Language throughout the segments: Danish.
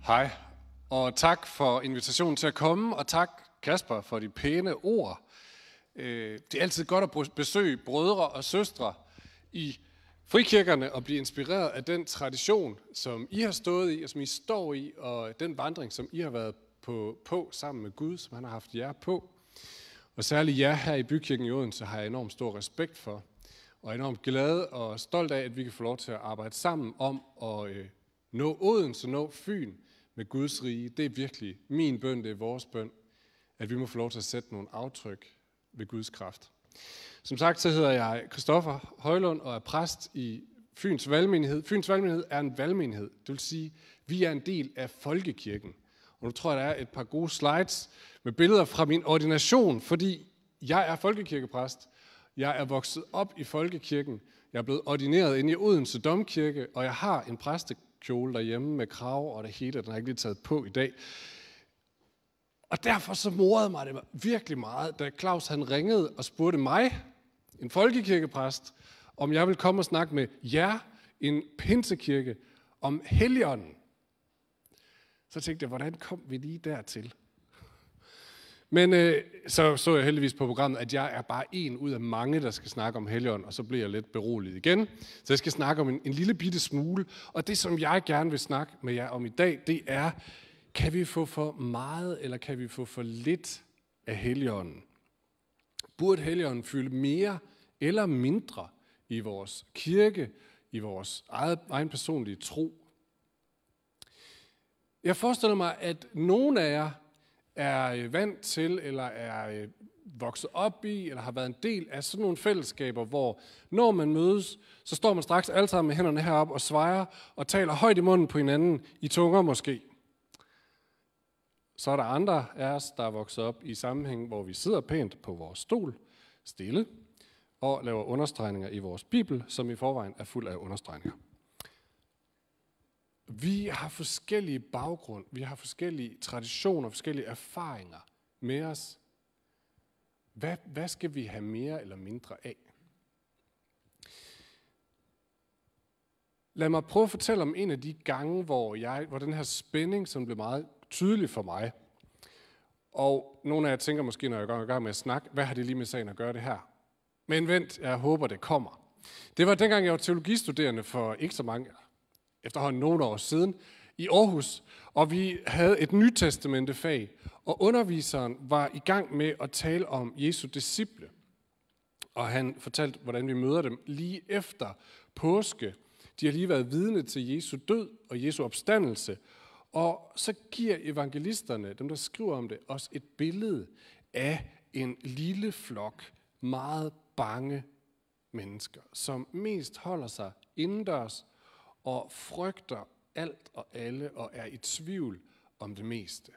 Hej, og tak for invitationen til at komme, og tak Kasper for de pæne ord. Det er altid godt at besøge brødre og søstre i frikirkerne og blive inspireret af den tradition, som I har stået i, og som I står i, og den vandring, som I har været på sammen med Gud, som han har haft jer på. Og særligt jer her i Bykirken i Odense har jeg enormt stor respekt for, og enormt glad og stolt af, at vi kan få lov til at arbejde sammen om at nå Odense, nå Fyn med Guds rige. Det er virkelig min bøn, det er vores bøn, at vi må få lov til at sætte nogle aftryk ved Guds kraft. Som sagt, så hedder jeg Christoffer Højlund og er præst i Fyns Valgmenighed. Fyns Valgmenighed er en valgmenighed, det vil sige, vi er en del af folkekirken. Og nu tror jeg, der er et par gode slides med billeder fra min ordination, fordi jeg er folkekirkepræst. Jeg er vokset op i folkekirken. Jeg er blevet ordineret inde i Odense Domkirke, og jeg har en præstekjole derhjemme med krav og det hele. Den har jeg ikke lige taget på i dag. Og derfor så morede mig det virkelig meget, da Claus han ringede og spurgte mig, en folkekirkepræst, om jeg ville komme og snakke med jer, en pinsekirke, om Helligånden. Så tænkte jeg, hvordan kom vi lige dertil? Men så jeg heldigvis på programmet, at jeg er bare en ud af mange, der skal snakke om Helligånden, og så bliver jeg lidt beroliget igen. Så jeg skal snakke om en lille bitte smule, og det som jeg gerne vil snakke med jer om i dag, det er, kan vi få for meget, eller kan vi få for lidt af Helligånden? Burde Helligånden fylde mere eller mindre i vores kirke, i vores egen personlige tro? Jeg forestiller mig, at nogle af jer er vant til, eller er vokset op i, eller har været en del af sådan nogle fællesskaber, hvor når man mødes, så står man straks alle sammen med hænderne heroppe og svejer, og taler højt i munden på hinanden, i tunger måske. Så er der andre af os, der er vokset op i sammenhæng, hvor vi sidder pænt på vores stol, stille, og laver understregninger i vores bibel, som i forvejen er fuld af understregninger. Vi har forskellige baggrund, vi har forskellige traditioner, forskellige erfaringer med os. Hvad skal vi have mere eller mindre af? Lad mig prøve at fortælle om en af de gange, hvor den her spænding, som blev meget tydelig for mig, og nogle af jer tænker måske, når jeg går i gang med at snakke, hvad har det lige med sagen at gøre det her? Men vent, jeg håber, det kommer. Det var dengang, jeg var teologistuderende for ikke så mange, efterhånden nogle år siden, i Aarhus, og vi havde et nytestamentefag, og underviseren var i gang med at tale om Jesu disciple. Og han fortalte, hvordan vi møder dem lige efter påske. De har lige været vidne til Jesu død og Jesu opstandelse, og så giver evangelisterne, dem der skriver om det, os et billede af en lille flok, meget bange mennesker, som mest holder sig indendørs og frygter alt og alle og er i tvivl om det meste.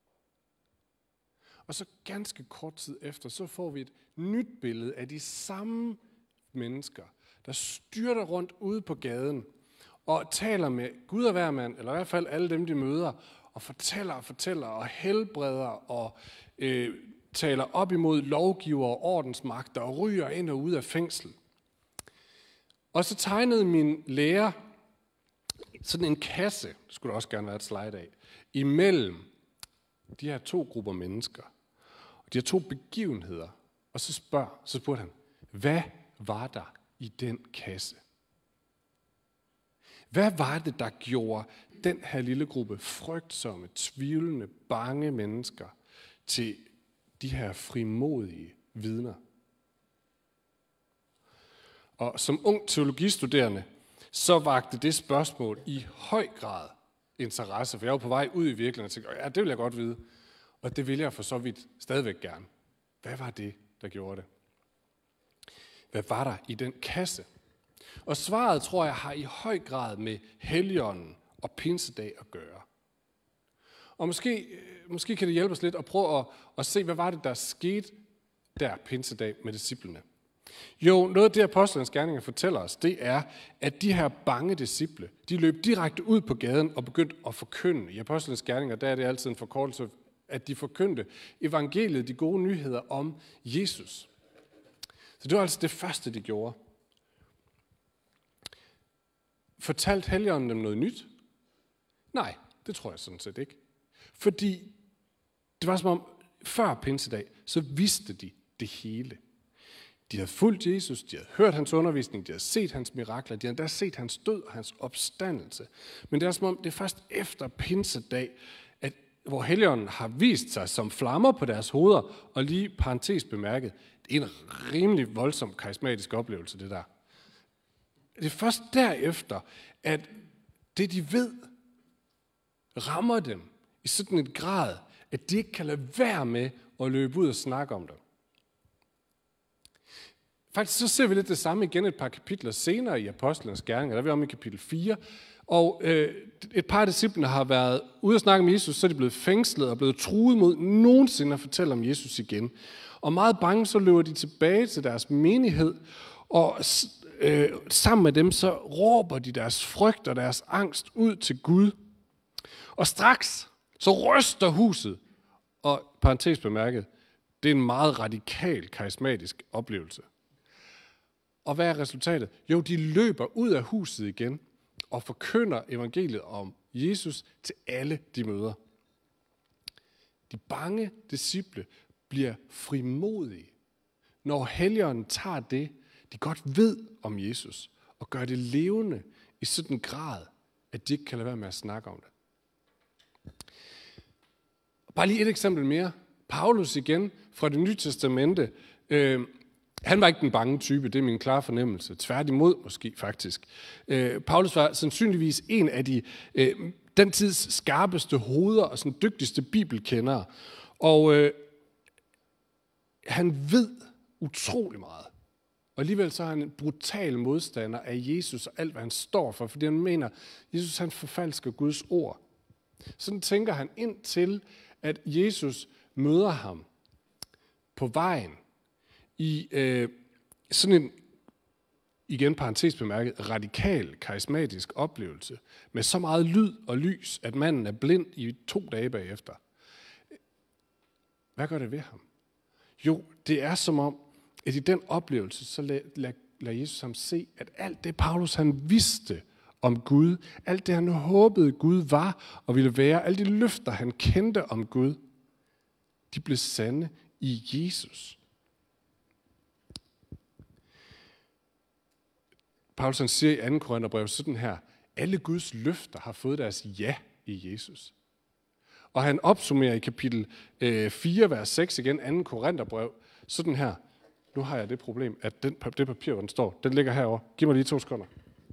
Og så ganske kort tid efter, så får vi et nyt billede af de samme mennesker, der styrter rundt ude på gaden og taler med Gud og hver mand, eller i hvert fald alle dem, de møder, og fortæller og helbreder og taler op imod lovgiver og ordensmagter og ryger ind og ud af fængsel. Og så tegnede min lærer sådan en kasse, det skulle der også gerne være et slide af, imellem de her to grupper mennesker, og de her to begivenheder, og så spurgte han, hvad var der i den kasse? Hvad var det, der gjorde den her lille gruppe frygtsomme, tvivlende, bange mennesker til de her frimodige vidner? Og som ung teologistuderende, så vagte det spørgsmål i høj grad interesse, for jeg var på vej ud i virkeligheden og tænkte, ja, det vil jeg godt vide. Og det vil jeg for så vidt stadigvæk gerne. Hvad var det, der gjorde det? Hvad var der i den kasse? Og svaret, tror jeg, har i høj grad med Helligånden og pinsedag at gøre. Og måske kan det hjælpe os lidt at prøve at se, hvad var det, der skete der pinsedag med disciplene. Jo, noget af det, apostlenes gerninger fortæller os, det er, at de her bange disciple, de løb direkte ud på gaden og begyndte at forkynde. I apostlenes gerninger, der er det altid en forkortelse, at de forkyndte evangeliet, de gode nyheder om Jesus. Så det var altså det første, de gjorde. Fortalte Helligånden dem noget nyt? Nej, Det tror jeg sådan set ikke. Fordi det var som om, før pinsedag, så vidste de det hele. De havde fulgt Jesus, de havde hørt hans undervisning, de havde set hans mirakler, de havde endda set hans død og hans opstandelse. Men det er som om, det er først efter pinsedag, hvor Helligånden har vist sig som flammer på deres hoveder, og lige parentes bemærket, det er en rimelig voldsom karismatisk oplevelse, det der. Det er først derefter, at det de ved, rammer dem i sådan en grad, at de ikke kan lade være med at løbe ud og snakke om det. Faktisk så ser vi lidt det samme igen et par kapitler senere i Apostlenes Gerninger, der er vi om i kapitel 4, og et par af disciplene har været ude at snakke med Jesus, så er de blevet fængslet og blevet truet mod nogensinde at fortælle om Jesus igen. Og meget bange, så løber de tilbage til deres menighed, og sammen med dem så råber de deres frygt og deres angst ud til Gud. Og straks så ryster huset, og parentes bemærket, det er en meget radikal, karismatisk oplevelse. Og hvad er resultatet? Jo, de løber ud af huset igen og forkynder evangeliet om Jesus til alle de møder. De bange disciple bliver frimodige, når Helligånden tager det, de godt ved om Jesus, og gør det levende i sådan en grad, at de ikke kan lade være med at snakke om det. Bare lige et eksempel mere. Paulus igen fra Det Nye Testamente. Han var ikke den bange type, det er min klare fornemmelse. Tværtimod måske faktisk. Paulus var sandsynligvis en af den tids skarpeste hoveder og sådan dygtigste bibelkendere. Og han ved utrolig meget. Og alligevel så er han en brutal modstander af Jesus og alt, hvad han står for, fordi han mener, at Jesus han forfalsker Guds ord. Sådan tænker han ind til, at Jesus møder ham på vejen i sådan en, igen parentes bemærket, radikal, karismatisk oplevelse, med så meget lyd og lys, at manden er blind i 2 dage bagefter. Hvad gør det ved ham? Jo, det er som om, at i den oplevelse, så lader Jesus ham se, at alt det, Paulus han vidste om Gud, alt det, han håbede Gud var og ville være, alle de løfter, han kendte om Gud, de blev sande i Jesus. Paulus han siger i 2. Korintherbrev sådan her, alle Guds løfter har fået deres ja i Jesus. Og han opsummerer i kapitel 4, vers 6 igen, 2. Korintherbrev, sådan her. Nu har jeg det problem, at det papir, hvor den står, den ligger herovre. Giv mig lige 2 sekunder.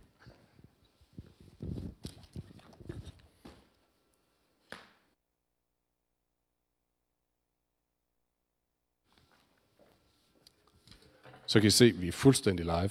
Så kan I se, at vi er fuldstændig live.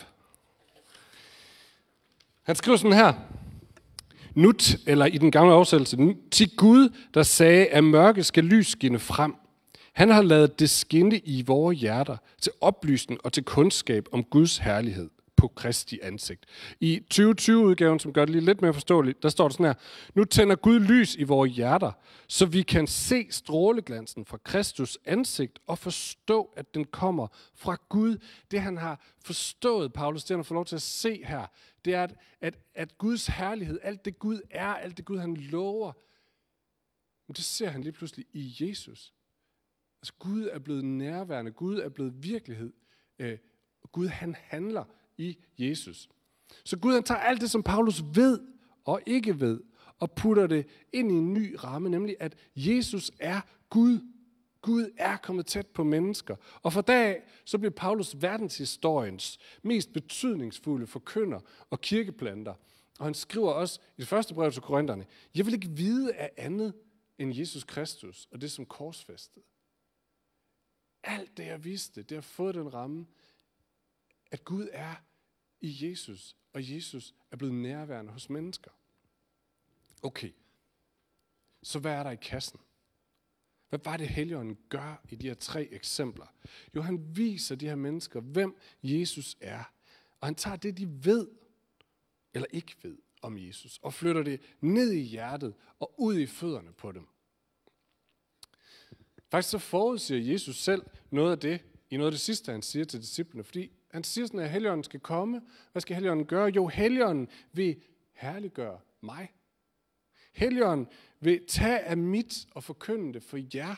Han skriver sådan her. Nut, eller i den gamle oversættelse, til Gud, der sagde, at mørke skal lys skinne frem. Han har ladet det skinne i vores hjerter til oplysning og til kundskab om Guds herlighed på Kristi ansigt. I 2020-udgaven, som gør det lige lidt mere forståeligt, der står det sådan her. Nu tænder Gud lys i vores hjerter, så vi kan se stråleglansen fra Kristus ansigt og forstå, at den kommer fra Gud. Det han har forstået, Paulus, det han har fået lov til at se her, det er, at Guds herlighed, alt det Gud er, alt det Gud han lover, det ser han lige pludselig i Jesus. Altså Gud er blevet nærværende, Gud er blevet virkelighed. Gud han handler i Jesus. Så Gud han tager alt det, som Paulus ved og ikke ved, og putter det ind i en ny ramme, nemlig at Jesus er Gud. Gud er kommet tæt på mennesker. Og for dag så bliver Paulus verdenshistoriens mest betydningsfulde forkynder og kirkeplanter. Og han skriver også i det første brev til Korintherne, jeg vil ikke vide af andet end Jesus Kristus og det som korsfæstet. Alt det jeg vidste, det har fået den ramme, at Gud er i Jesus, og Jesus er blevet nærværende hos mennesker. Okay, så hvad er der i kassen? Hvad var det, Helligånden gør i de her 3 eksempler? Jo, han viser de her mennesker, hvem Jesus er. Og han tager det, de ved, eller ikke ved om Jesus, og flytter det ned i hjertet og ud i fødderne på dem. Faktisk så forudsiger Jesus selv noget af det, i noget af det sidste, han siger til disciplene, fordi han siger sådan, at Helligånden skal komme. Hvad skal Helligånden gøre? Jo, Helligånden vil herliggøre mig. Helligånden vil tage af mit og forkynde det for jer.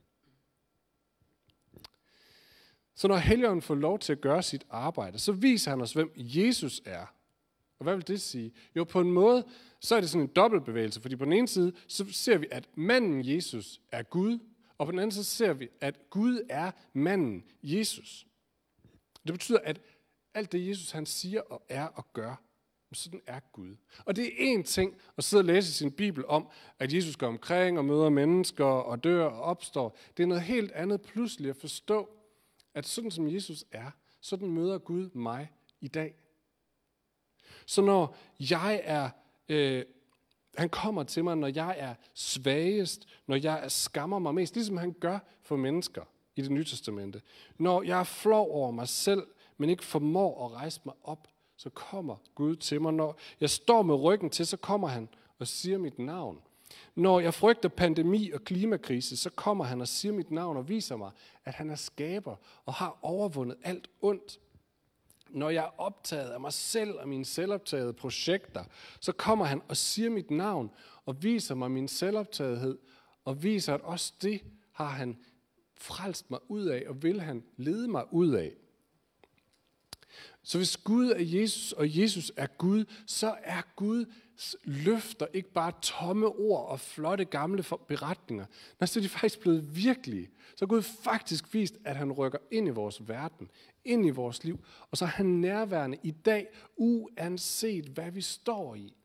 Så når Helligånden får lov til at gøre sit arbejde, så viser han os, hvem Jesus er. Og hvad vil det sige? Jo, på en måde, så er det sådan en dobbeltbevægelse, fordi på den ene side, så ser vi, at manden Jesus er Gud, og på den anden side, så ser vi, at Gud er manden Jesus. Det betyder, at alt det, Jesus han siger og er og gør, sådan er Gud. Og det er en ting at sidde og læse sin bibel om, at Jesus går omkring og møder mennesker og dør og opstår. Det er noget helt andet pludselig at forstå, at sådan som Jesus er, sådan møder Gud mig i dag. Så når jeg er, han kommer til mig, når jeg er svagest, når jeg skammer mig mest, ligesom han gør for mennesker i Det Nye Testamente. Når jeg er flov over mig selv, men ikke formår at rejse mig op, så kommer Gud til mig. Når jeg står med ryggen til, så kommer han og siger mit navn. Når jeg frygter pandemi og klimakrise, så kommer han og siger mit navn og viser mig, at han er skaber og har overvundet alt ondt. Når jeg er optaget af mig selv og mine selvoptagede projekter, så kommer han og siger mit navn og viser mig min selvoptagethed og viser, at også det har han frelst mig ud af og vil han lede mig ud af. Så hvis Gud er Jesus, og Jesus er Gud, så er Guds løfter ikke bare tomme ord og flotte gamle beretninger. Nej, så er de faktisk blevet virkelige. Så har Gud faktisk vist, at han rykker ind i vores verden, ind i vores liv, og så er han nærværende i dag, uanset hvad vi står i.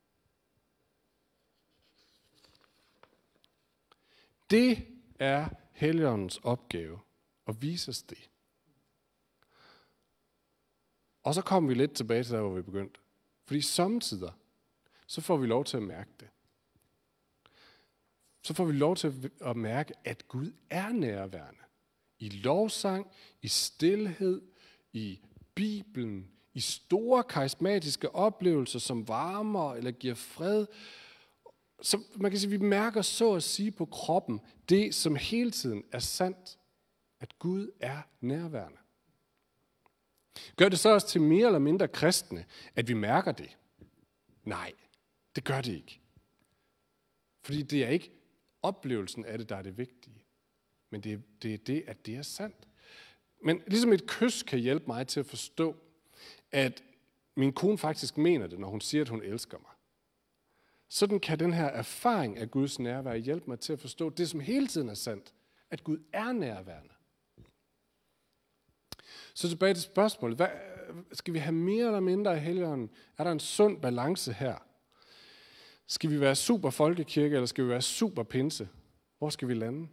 Det er Helligåndens opgave at vise os det. Og så kommer vi lidt tilbage til der, hvor vi begyndte. Fordi samtidig, så får vi lov til at mærke det. Så får vi lov til at mærke, at Gud er nærværende. I lovsang, i stilhed, i Bibelen, i store karismatiske oplevelser, som varmer eller giver fred. Så man kan sige, at vi mærker så at sige på kroppen, det som hele tiden er sandt, at Gud er nærværende. Gør det så også til mere eller mindre kristne, at vi mærker det? Nej, det gør det ikke. Fordi det er ikke oplevelsen af det, der er det vigtige. Men det er det, at det er sandt. Men ligesom et kys kan hjælpe mig til at forstå, at min kone faktisk mener det, når hun siger, at hun elsker mig. Sådan kan den her erfaring af Guds nærvær hjælpe mig til at forstå det, som hele tiden er sandt, at Gud er nærværende. Så tilbage til spørgsmålet. Skal vi have mere eller mindre af Helligånden? Er der en sund balance her? Skal vi være super folkekirke, eller skal vi være super pinse? Hvor skal vi lande?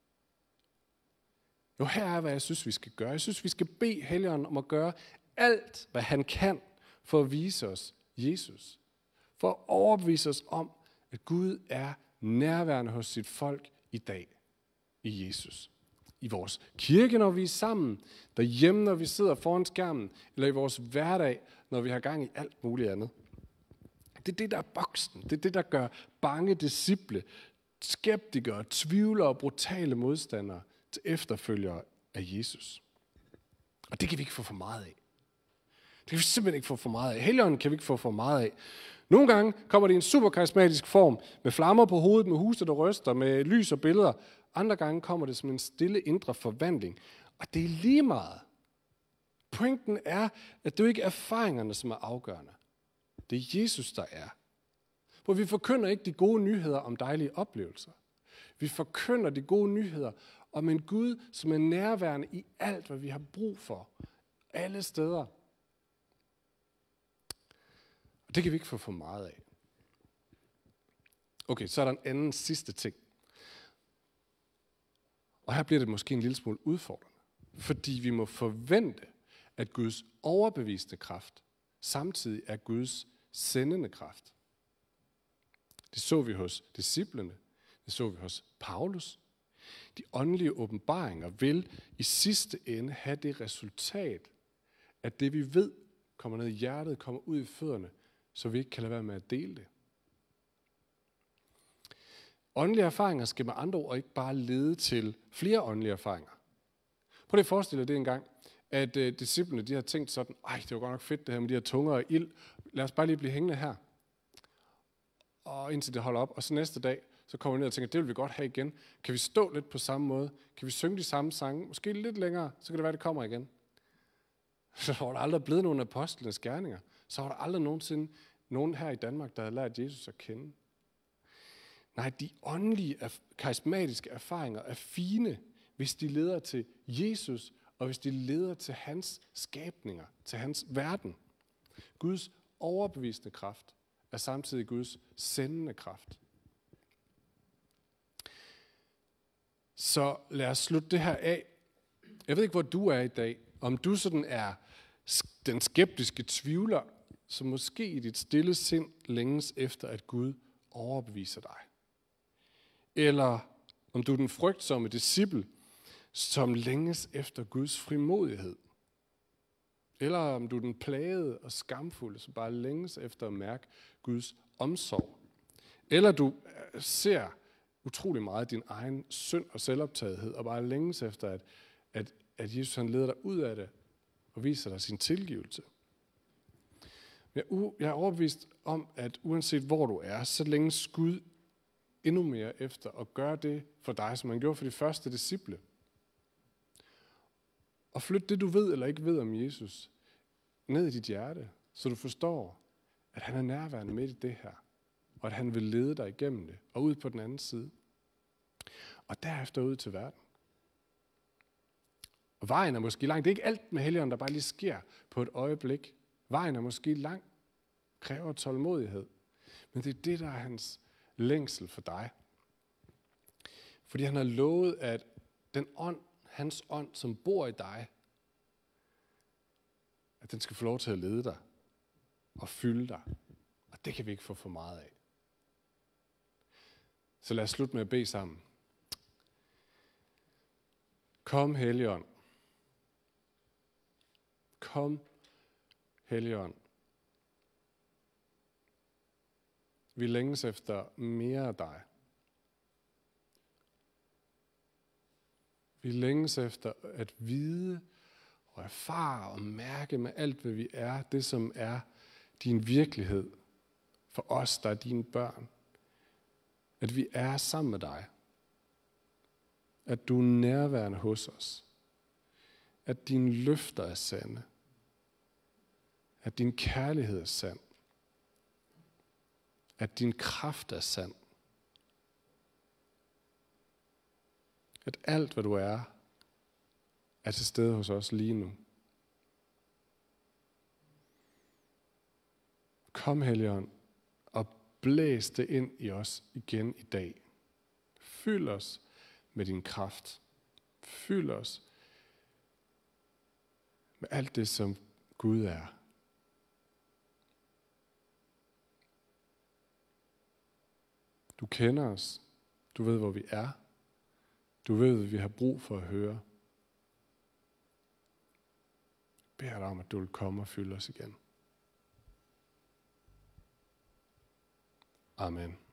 Jo, her er, hvad jeg synes, vi skal gøre. Jeg synes, vi skal bede Helligånden om at gøre alt, hvad han kan, for at vise os Jesus. For at overbevise os om, at Gud er nærværende hos sit folk i dag i Jesus. I vores kirke, når vi er sammen, derhjemme, når vi sidder foran skærmen, eller i vores hverdag, når vi har gang i alt muligt andet. Det er det, der er boksen. Det er det, der gør bange disciple, skeptikere, tvivlere og brutale modstandere til efterfølgere af Jesus. Og det kan vi ikke få for meget af. Det kan vi simpelthen ikke få for meget af. Helligånden kan vi ikke få for meget af. Nogle gange kommer det i en super karismatisk form, med flammer på hovedet, med huse, der ryster, med lys og billeder. Andre gange kommer det som en stille indre forvandling. Og det er lige meget. Pointen er, at det jo ikke er erfaringerne, som er afgørende. Det er Jesus, der er. For vi forkynder ikke de gode nyheder om dejlige oplevelser. Vi forkynder de gode nyheder om en Gud, som er nærværende i alt, hvad vi har brug for. Alle steder. Og det kan vi ikke få for meget af. Okay, så er der en anden sidste ting. Og her bliver det måske en lille smule udfordrende. Fordi vi må forvente, at Guds overbevisende kraft samtidig er Guds sendende kraft. Det så vi hos disciplene. Det så vi hos Paulus. De åndelige åbenbaringer vil i sidste ende have det resultat, at det vi ved kommer ned i hjertet, kommer ud i fødderne, så vi ikke kan lade være med at dele det. Åndelige erfaringer skal med andre ord ikke bare lede til flere åndelige erfaringer. Prøv lige at forestille dig det engang, at disciplene de har tænkt sådan, det var godt nok fedt det her med de her tunger og ild. Lad os bare lige blive hængende her. og indtil det holder op. Og så næste dag, så kommer vi ned og tænker, det vil vi godt have igen. Kan vi stå lidt på samme måde? Kan vi synge de samme sange? Måske lidt længere, så kan det være, det kommer igen. Så var der aldrig blevet nogen apostlenes gerninger. Så var der aldrig nogensinde nogen her i Danmark, der havde lært Jesus at kende. Nej, de åndelige, karismatiske erfaringer er fine, hvis de leder til Jesus, og hvis de leder til hans skabninger, til hans verden. Guds overbevisende kraft er samtidig Guds sendende kraft. Så lad os slutte det her af. Jeg ved ikke, hvor du er i dag. Om du sådan er den skeptiske tvivler, som måske i dit stille sind længes efter, at Gud overbeviser dig. Eller om du er den frygtsomme disciple, som længes efter Guds frimodighed. Eller om du er den plagede og skamfulde, som bare længes efter at mærke Guds omsorg. Eller du ser utrolig meget din egen synd og selvoptagethed, og bare længes efter, at Jesus han leder dig ud af det, og viser dig sin tilgivelse. Jeg er overbevist om, at uanset hvor du er, så længes Gud endnu mere efter at gøre det for dig, som han gjorde for de første disciple. Og flyt det, du ved eller ikke ved om Jesus, ned i dit hjerte, så du forstår, at han er nærværende midt i det her, og at han vil lede dig igennem det, og ud på den anden side. Og derefter ud til verden. Og vejen er måske lang. Det er ikke alt med Helligånden, der bare lige sker på et øjeblik. Vejen er måske lang, kræver tålmodighed. Men det er det, der er hans længsel for dig. Fordi han har lovet, at den ånd, hans ånd, som bor i dig, at den skal få lov til at lede dig og fylde dig. Og det kan vi ikke få for meget af. Så lad os slutte med at bede sammen. Kom, Helligånd. Kom, Helligånd. Vi længes efter mere af dig. Vi længes efter at vide og erfare og mærke med alt, hvad vi er, det som er din virkelighed for os, der er dine børn. At vi er sammen med dig. At du er nærværende hos os. At dine løfter er sande. At din kærlighed er sand. At din kraft er sand. At alt, hvad du er til stede hos os lige nu. Kom, Helligånd, og blæs det ind i os igen i dag. Fyld os med din kraft. Fyld os med alt det, som Gud er. Du kender os. Du ved, hvor vi er. Du ved, hvad vi har brug for at høre. Jeg beder dig om, at du vil komme og fylde os igen. Amen.